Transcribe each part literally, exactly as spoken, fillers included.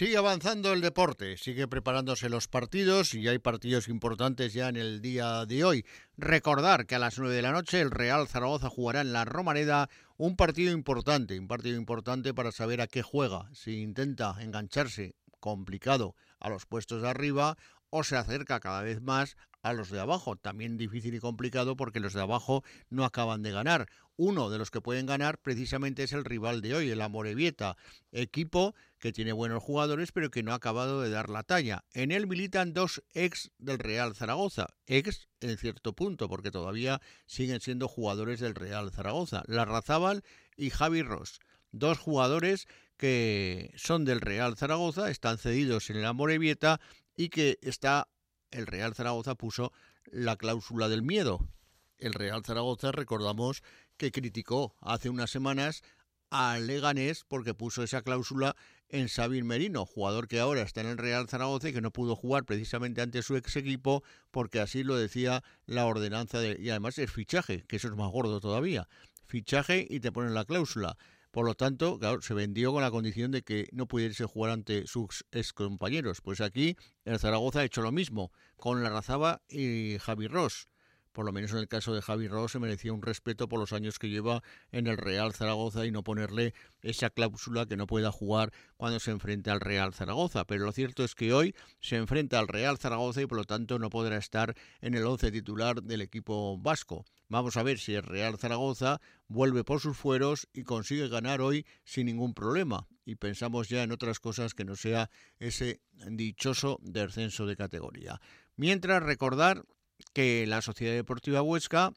Sigue avanzando el deporte, sigue preparándose los partidos y hay partidos importantes ya en el día de hoy. Recordar que a las nueve de la noche el Real Zaragoza jugará en la Romareda un partido importante, un partido importante para saber a qué juega, si intenta engancharse complicado a los puestos de arriba o se acerca cada vez más a los de abajo. También difícil y complicado porque los de abajo no acaban de ganar. Uno de los que pueden ganar precisamente es el rival de hoy, el Amorebieta, equipo que tiene buenos jugadores pero que no ha acabado de dar la talla. En él militan dos ex del Real Zaragoza, ex en cierto punto porque todavía siguen siendo jugadores del Real Zaragoza, Larrazábal y Javi Ross, dos jugadores que son del Real Zaragoza, están cedidos en el Amorebieta y que está el Real Zaragoza puso la cláusula del miedo. El Real Zaragoza, recordamos que criticó hace unas semanas a Leganés porque puso esa cláusula en Sabin Merino, jugador que ahora está en el Real Zaragoza y que no pudo jugar precisamente ante su ex equipo porque así lo decía la ordenanza de, y además es fichaje, que eso es más gordo todavía, fichaje y te ponen la cláusula. Por lo tanto, claro, se vendió con la condición de que no pudiese jugar ante sus excompañeros. Pues aquí el Zaragoza ha hecho lo mismo con Larrazábal y Javi Ross. Por lo menos en el caso de Javi Ross se merecía un respeto por los años que lleva en el Real Zaragoza y no ponerle esa cláusula que no pueda jugar cuando se enfrente al Real Zaragoza. Pero lo cierto es que hoy se enfrenta al Real Zaragoza y por lo tanto no podrá estar en el once titular del equipo vasco. Vamos a ver si el Real Zaragoza vuelve por sus fueros y consigue ganar hoy sin ningún problema. Y pensamos ya en otras cosas que no sea ese dichoso descenso de categoría. Mientras, recordar que la Sociedad Deportiva Huesca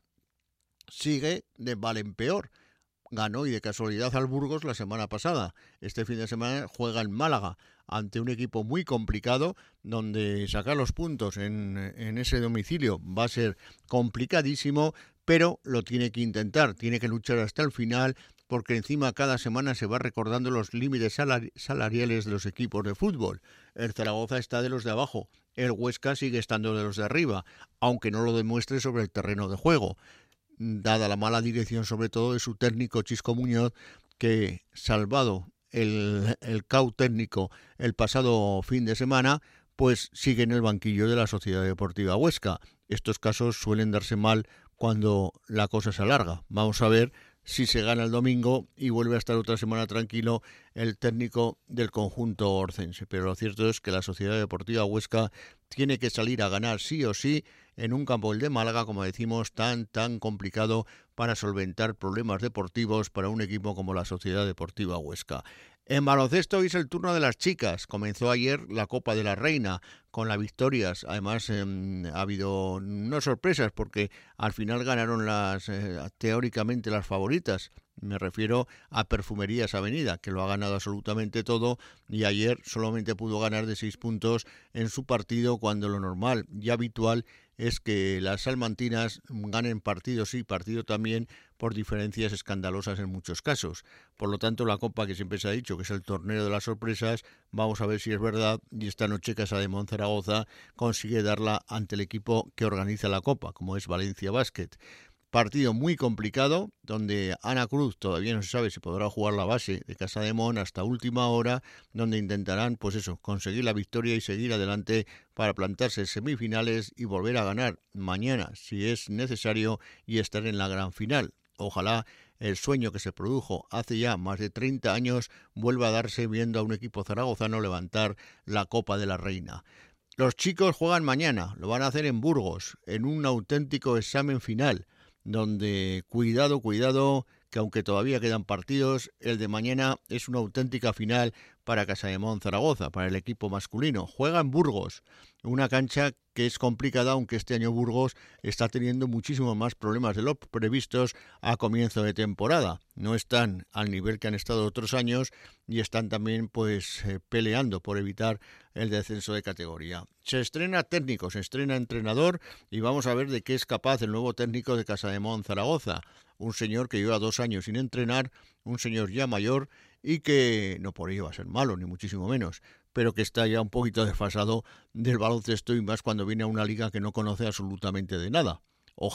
sigue de mal en peor. Ganó y de casualidad al Burgos la semana pasada. Este fin de semana juega en Málaga ante un equipo muy complicado donde sacar los puntos en, en ese domicilio va a ser complicadísimo, pero lo tiene que intentar, tiene que luchar hasta el final porque encima cada semana se va recordando los límites salari- salariales de los equipos de fútbol. El Zaragoza está de los de abajo, el Huesca sigue estando de los de arriba, aunque no lo demuestre sobre el terreno de juego, dada la mala dirección sobre todo de su técnico Chisco Muñoz, que salvado el, el caos técnico el pasado fin de semana, pues sigue en el banquillo de la Sociedad Deportiva Huesca. Estos casos suelen darse mal cuando la cosa se alarga. Vamos a ver si se gana el domingo y vuelve a estar otra semana tranquilo el técnico del conjunto orcense. Pero lo cierto es que la Sociedad Deportiva Huesca tiene que salir a ganar sí o sí en un campo, el de Málaga, como decimos, tan, tan complicado para solventar problemas deportivos para un equipo como la Sociedad Deportiva Huesca. En baloncesto hoy es el turno de las chicas. Comenzó ayer la Copa de la Reina con las victorias. Además eh, ha habido no sorpresas porque al final ganaron las eh, teóricamente las favoritas. Me refiero a Perfumerías Avenida, que lo ha ganado absolutamente todo y ayer solamente pudo ganar de seis puntos en su partido cuando lo normal y habitual es que las salmantinas ganen partido sí, partido también, por diferencias escandalosas en muchos casos. Por lo tanto, la Copa, que siempre se ha dicho que es el torneo de las sorpresas, vamos a ver si es verdad y esta noche Casa de Mon Zaragoza consigue darla ante el equipo que organiza la Copa, como es Valencia Basket. Partido muy complicado, donde Ana Cruz todavía no se sabe si podrá jugar la base de Casa de Mon hasta última hora, donde intentarán, pues eso, conseguir la victoria y seguir adelante para plantarse en semifinales y volver a ganar mañana, si es necesario, y estar en la gran final. Ojalá el sueño que se produjo hace ya más de treinta años vuelva a darse viendo a un equipo zaragozano levantar la Copa de la Reina. Los chicos juegan mañana, lo van a hacer en Burgos, en un auténtico examen final, donde cuidado, cuidado, que aunque todavía quedan partidos, el de mañana es una auténtica final para Casa de Mon Zaragoza, para el equipo masculino. Juega en Burgos, una cancha que es complicada, aunque este año Burgos está teniendo muchísimos más problemas de los previstos a comienzo de temporada. No están al nivel que han estado otros años y están también pues eh, peleando por evitar el descenso de categoría. Se estrena técnico, se estrena entrenador y vamos a ver de qué es capaz el nuevo técnico de Casa de Mon Zaragoza. Un señor que lleva dos años sin entrenar, un señor ya mayor y que no por ello va a ser malo, ni muchísimo menos, pero que está ya un poquito desfasado del baloncesto y más cuando viene a una liga que no conoce absolutamente de nada. Ojalá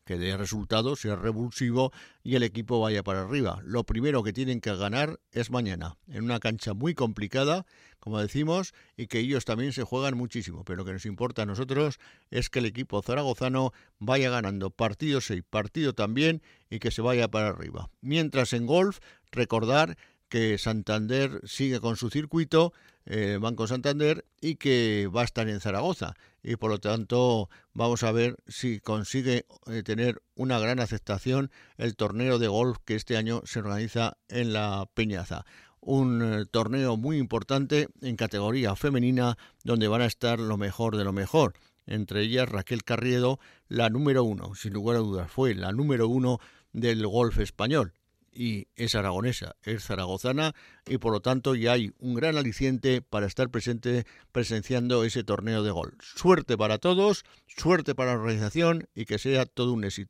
que dé resultado, sea revulsivo y el equipo vaya para arriba. Lo primero que tienen que ganar es mañana, en una cancha muy complicada, como decimos, y que ellos también se juegan muchísimo. Pero lo que nos importa a nosotros es que el equipo zaragozano vaya ganando partido sí, partido también, y que se vaya para arriba. Mientras en golf, recordar que Santander sigue con su circuito, eh, Banco Santander, y que va a estar en Zaragoza. Y por lo tanto vamos a ver si consigue eh, tener una gran aceptación el torneo de golf que este año se organiza en La Peñaza. Un eh, torneo muy importante en categoría femenina donde van a estar lo mejor de lo mejor. Entre ellas Raquel Carriedo, la número uno, sin lugar a dudas, fue la número uno del golf español. Y es aragonesa, es zaragozana y por lo tanto ya hay un gran aliciente para estar presente presenciando ese torneo de golf. Suerte para todos, suerte para la organización y que sea todo un éxito.